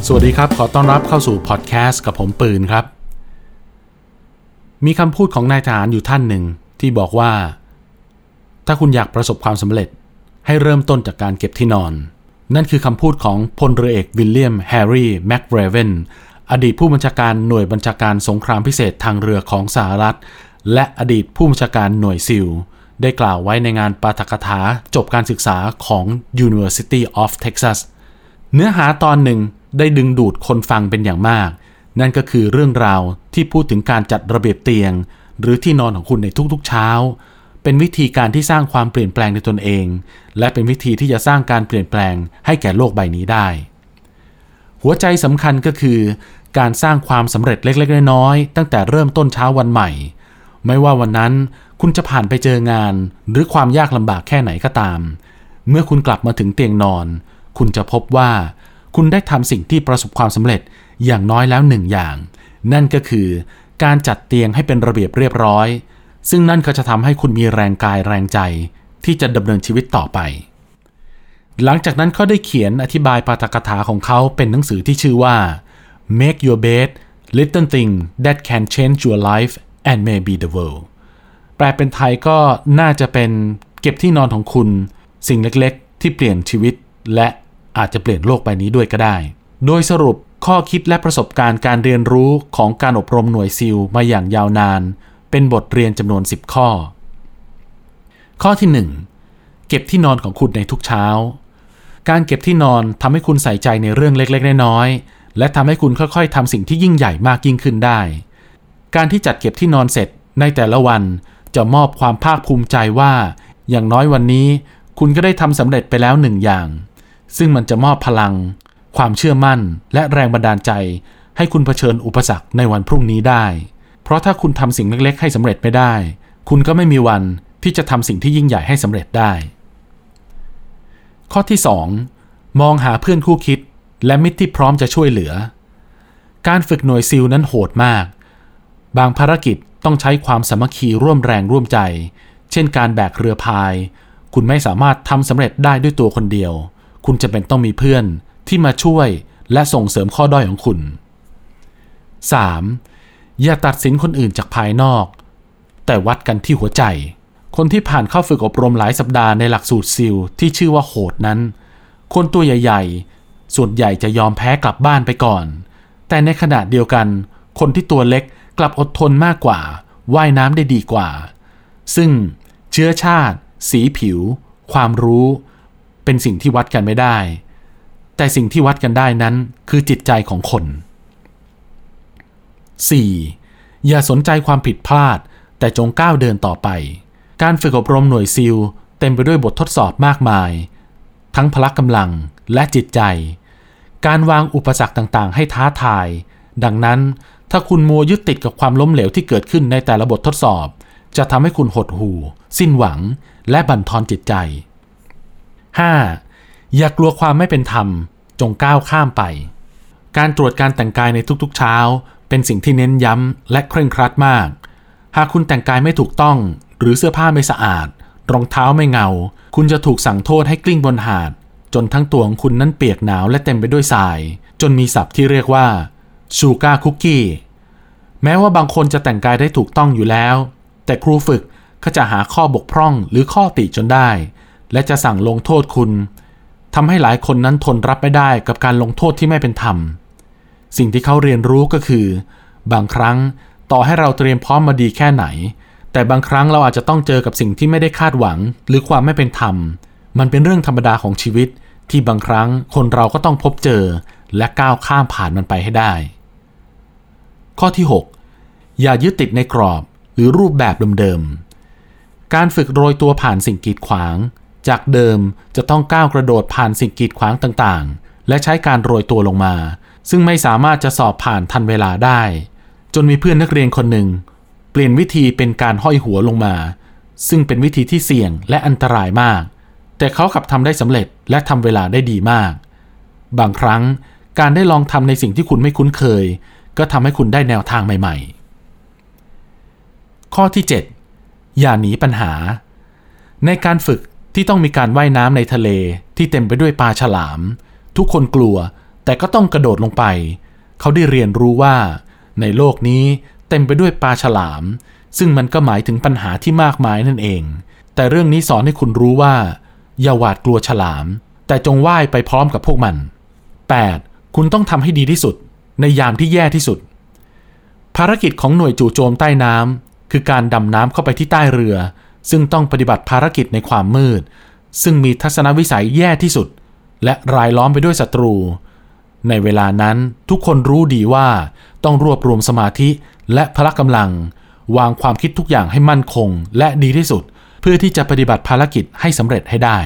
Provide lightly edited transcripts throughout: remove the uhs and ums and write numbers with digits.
สวัสดีครับขอต้อนรับเข้าสู่พอดแคสต์กับผมปืนครับมีคำพูดของนายทหารอยู่ท่านหนึ่งที่บอกว่าถ้าคุณอยากประสบความสำเร็จให้เริ่มต้นจากการเก็บที่นอนนั่นคือคำพูดของพลเรือเอกวิลเลียมแฮร์รี่แมคเรเวนอดีตผู้บัญชาการหน่วยบัญชาการสงครามพิเศษทางเรือของสหรัฐและอดีตผู้บัญชาการหน่วยซิลได้กล่าวไว้ในงานปาฐกถาจบการศึกษาของ University of Texas เนื้อหาตอนหนึ่งได้ดึงดูดคนฟังเป็นอย่างมากนั่นก็คือเรื่องราวที่พูดถึงการจัดระเบียบเตียงหรือที่นอนของคุณในทุกๆเช้าเป็นวิธีการที่สร้างความเปลี่ยนแปลงในตนเองและเป็นวิธีที่จะสร้างการเปลี่ยนแปลงให้แก่โลกใบนี้ได้หัวใจสำคัญก็คือการสร้างความสำเร็จเล็กๆน้อยๆตั้งแต่เริ่มต้นเช้าวันใหม่ไม่ว่าวันนั้นคุณจะผ่านไปเจองานหรือความยากลำบากแค่ไหนก็ตามเมื่อคุณกลับมาถึงเตียงนอนคุณจะพบว่าคุณได้ทำสิ่งที่ประสบความสำเร็จอย่างน้อยแล้วหนึ่งอย่างนั่นก็คือการจัดเตียงให้เป็นระเบียบเรียบร้อยซึ่งนั่นก็จะทำให้คุณมีแรงกายแรงใจที่จะดำเนินชีวิตต่อไปหลังจากนั้นเขาได้เขียนอธิบายปาฐกถาของเขาเป็นหนังสือที่ชื่อว่า Make Your Bed Little Thing That Can Change Your Life and Maybe the World แปลเป็นไทยก็น่าจะเป็นเก็บที่นอนของคุณสิ่งเล็กๆที่เปลี่ยนชีวิตและอาจจะเปลี่ยนโลกใบนี้ด้วยก็ได้โดยสรุปข้อคิดและประสบการณ์การเรียนรู้ของการอบรมหน่วยซิลมาอย่างยาวนานเป็นบทเรียนจำนวน10ข้อข้อที่1เก็บที่นอนของคุณในทุกเช้าการเก็บที่นอนทำให้คุณใส่ใจในเรื่องเล็กๆน้อยๆและทำให้คุณค่อยๆทำสิ่งที่ยิ่งใหญ่มากยิ่งขึ้นได้การที่จัดเก็บที่นอนเสร็จในแต่ละวันจะมอบความภาคภูมิใจว่าอย่างน้อยวันนี้คุณก็ได้ทำสำเร็จไปแล้ว1อย่างซึ่งมันจะมอบพลังความเชื่อมั่นและแรงบันดาลใจให้คุณเผชิญอุปสรรคในวันพรุ่งนี้ได้เพราะถ้าคุณทำสิ่งเล็กๆให้สำเร็จไม่ได้คุณก็ไม่มีวันที่จะทำสิ่งที่ยิ่งใหญ่ให้สำเร็จได้ข้อที่2มองหาเพื่อนคู่คิดและมิตรที่พร้อมจะช่วยเหลือการฝึกหน่วยซิลนั้นโหดมากบางภารกิจต้องใช้ความสามัคคีร่วมแรงร่วมใจเช่นการแบกเรือพายคุณไม่สามารถทำสำเร็จได้ด้วยตัวคนเดียวคุณจะเป็นต้องมีเพื่อนที่มาช่วยและส่งเสริมข้อด้อยของคุณ 3. อย่าตัดสินคนอื่นจากภายนอกแต่วัดกันที่หัวใจคนที่ผ่านเข้าฝึกอบรมหลายสัปดาห์ในหลักสูตรซิลที่ชื่อว่าโหดนั้นคนตัวใหญ่ๆส่วนใหญ่จะยอมแพ้กลับบ้านไปก่อนแต่ในขณะเดียวกันคนที่ตัวเล็กกลับอดทนมากกว่าว่ายน้ำได้ดีกว่าซึ่งเชื้อชาติสีผิวความรู้เป็นสิ่งที่วัดกันไม่ได้แต่สิ่งที่วัดกันได้นั้นคือจิตใจของคน 4. อย่าสนใจความผิดพลาดแต่จงก้าวเดินต่อไปการฝึกอบรมหน่วยซิลเต็มไปด้วยบททดสอบมากมายทั้งพละกำลังและจิตใจการวางอุปสรรคต่างๆให้ท้าทายดังนั้นถ้าคุณมัวยึดติดกับความล้มเหลวที่เกิดขึ้นในแต่ละบททดสอบจะทำให้คุณหดหู่สิ้นหวังและบั่นทอนจิตใจ 5. อย่ากลัวความไม่เป็นธรรมจงก้าวข้ามไปการตรวจการแต่งกายในทุกๆเช้าเป็นสิ่งที่เน้นย้ำและเคร่งครัดมากหากคุณแต่งกายไม่ถูกต้องหรือเสื้อผ้าไม่สะอาดรองเท้าไม่เงาคุณจะถูกสั่งโทษให้กลิ้งบนหาดจนทั้งตัวของคุณนั้นเปียกหนาวและเต็มไปด้วยทรายจนมีศัพท์ที่เรียกว่าชูการ์คุกกี้แม้ว่าบางคนจะแต่งกายได้ถูกต้องอยู่แล้วแต่ครูฝึกก็จะหาข้อบกพร่องหรือข้อติจนได้และจะสั่งลงโทษคุณทำให้หลายคนนั้นทนรับไม่ได้กับการลงโทษที่ไม่เป็นธรรมสิ่งที่เขาเรียนรู้ก็คือบางครั้งต่อให้เราเตรียมพร้อมมาดีแค่ไหนแต่บางครั้งเราอาจจะต้องเจอกับสิ่งที่ไม่ได้คาดหวังหรือความไม่เป็นธรรมมันเป็นเรื่องธรรมดาของชีวิตที่บางครั้งคนเราก็ต้องพบเจอและก้าวข้ามผ่านมันไปให้ได้ข้อที่6อย่ายึดติดในกรอบหรือรูปแบบเดิมๆการฝึกโรยตัวผ่านสิ่งกีดขวางจากเดิมจะต้องก้าวกระโดดผ่านสิ่งกีดขวางต่างๆและใช้การโรยตัวลงมาซึ่งไม่สามารถจะสอบผ่านทันเวลาได้จนมีเพื่อนนักเรียนคนหนึ่งเปลี่ยนวิธีเป็นการห้อยหัวลงมาซึ่งเป็นวิธีที่เสี่ยงและอันตรายมากแต่เขากลับทำได้สำเร็จและทำเวลาได้ดีมากบางครั้งการได้ลองทำในสิ่งที่คุณไม่คุ้นเคยก็ทำให้คุณได้แนวทางใหม่ๆข้อที่7อย่าหนีปัญหาในการฝึกที่ต้องมีการว่ายน้ำในทะเลที่เต็มไปด้วยปลาฉลามทุกคนกลัวแต่ก็ต้องกระโดดลงไปเขาได้เรียนรู้ว่าในโลกนี้เต็มไปด้วยปลาฉลามซึ่งมันก็หมายถึงปัญหาที่มากมายนั่นเองแต่เรื่องนี้สอนให้คุณรู้ว่าอย่าหวาดกลัวฉลามแต่จงว่ายไปพร้อมกับพวกมัน 8. คุณต้องทำให้ดีที่สุดในยามที่แย่ที่สุดภารกิจของหน่วยจู่โจมใต้น้ำคือการดำน้ำเข้าไปที่ใต้เรือซึ่งต้องปฏิบัติภารกิจในความมืดซึ่งมีทัศนวิสัยแย่ที่สุดและรายล้อมไปด้วยศัตรูในเวลานั้นทุกคนรู้ดีว่าต้องรวบรวมสมาธิและพละกำลังวางความคิดทุกอย่างให้มั่นคงและดีที่สุดเพื่อที่จะปฏิบัติภารกิจให้สำเร็จให้ได้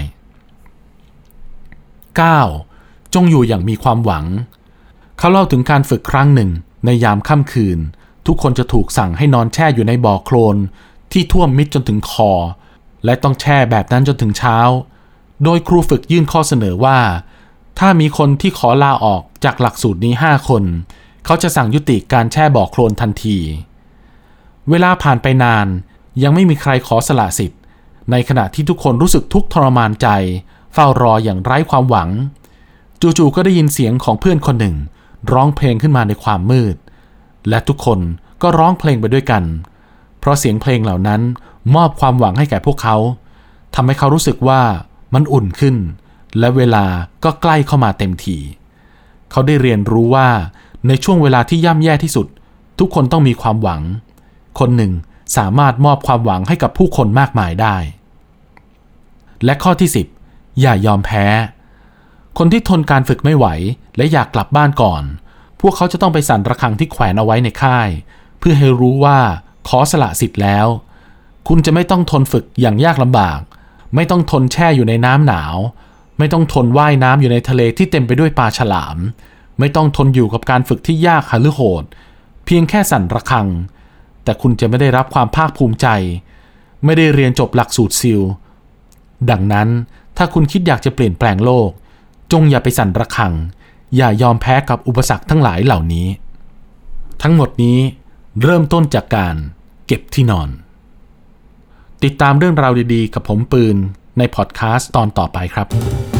9. จงอยู่อย่างมีความหวังเขาเล่าถึงการฝึกครั้งหนึ่งในยามค่ำคืนทุกคนจะถูกสั่งให้นอนแช่อยู่ในบ่อโคลนที่ท่วมมิดจนถึงคอและต้องแช่แบบนั้นจนถึงเช้าโดยครูฝึกยื่นข้อเสนอว่าถ้ามีคนที่ขอลาออกจากหลักสูตรนี้5 คนเขาจะสั่งยุติการแช่บ่อโคลนทันทีเวลาผ่านไปนานยังไม่มีใครขอสละสิทธิ์ในขณะที่ทุกคนรู้สึกทุกข์ทรมานใจเฝ้ารออย่างไร้ความหวังจู่ๆก็ได้ยินเสียงของเพื่อนคนหนึ่งร้องเพลงขึ้นมาในความมืดและทุกคนก็ร้องเพลงไปด้วยกันเพราะเสียงเพลงเหล่านั้นมอบความหวังให้แก่พวกเขาทำให้เขารู้สึกว่ามันอุ่นขึ้นและเวลาก็ใกล้เข้ามาเต็มทีเขาได้เรียนรู้ว่าในช่วงเวลาที่ย่ำแย่ที่สุดทุกคนต้องมีความหวังคนหนึ่งสามารถมอบความหวังให้กับผู้คนมากมายได้และข้อที่ 10 อย่ายอมแพ้คนที่ทนการฝึกไม่ไหวและอยากกลับบ้านก่อนพวกเขาจะต้องไปสั่นระฆังที่แขวนเอาไว้ในค่ายเพื่อให้รู้ว่าขอสละสิทธิ์แล้วคุณจะไม่ต้องทนฝึกอย่างยากลำบากไม่ต้องทนแช่อยู่ในน้ำหนาวไม่ต้องทนว่ายน้ำอยู่ในทะเลที่เต็มไปด้วยปลาฉลามไม่ต้องทนอยู่กับการฝึกที่ยากหฤโหดเพียงแค่สั่นระฆังแต่คุณจะไม่ได้รับความภาคภูมิใจไม่ได้เรียนจบหลักสูตรซิลดังนั้นถ้าคุณคิดอยากจะเปลี่ยนแปลงโลกจงอย่าไปสั่นระฆังอย่ายอมแพ้กับอุปสรรคทั้งหลายเหล่านี้ทั้งหมดนี้เริ่มต้นจากการเก็บที่นอนติดตามเรื่องราวดีๆกับผมปืนในพอดคาสต์ตอนต่อไปครับ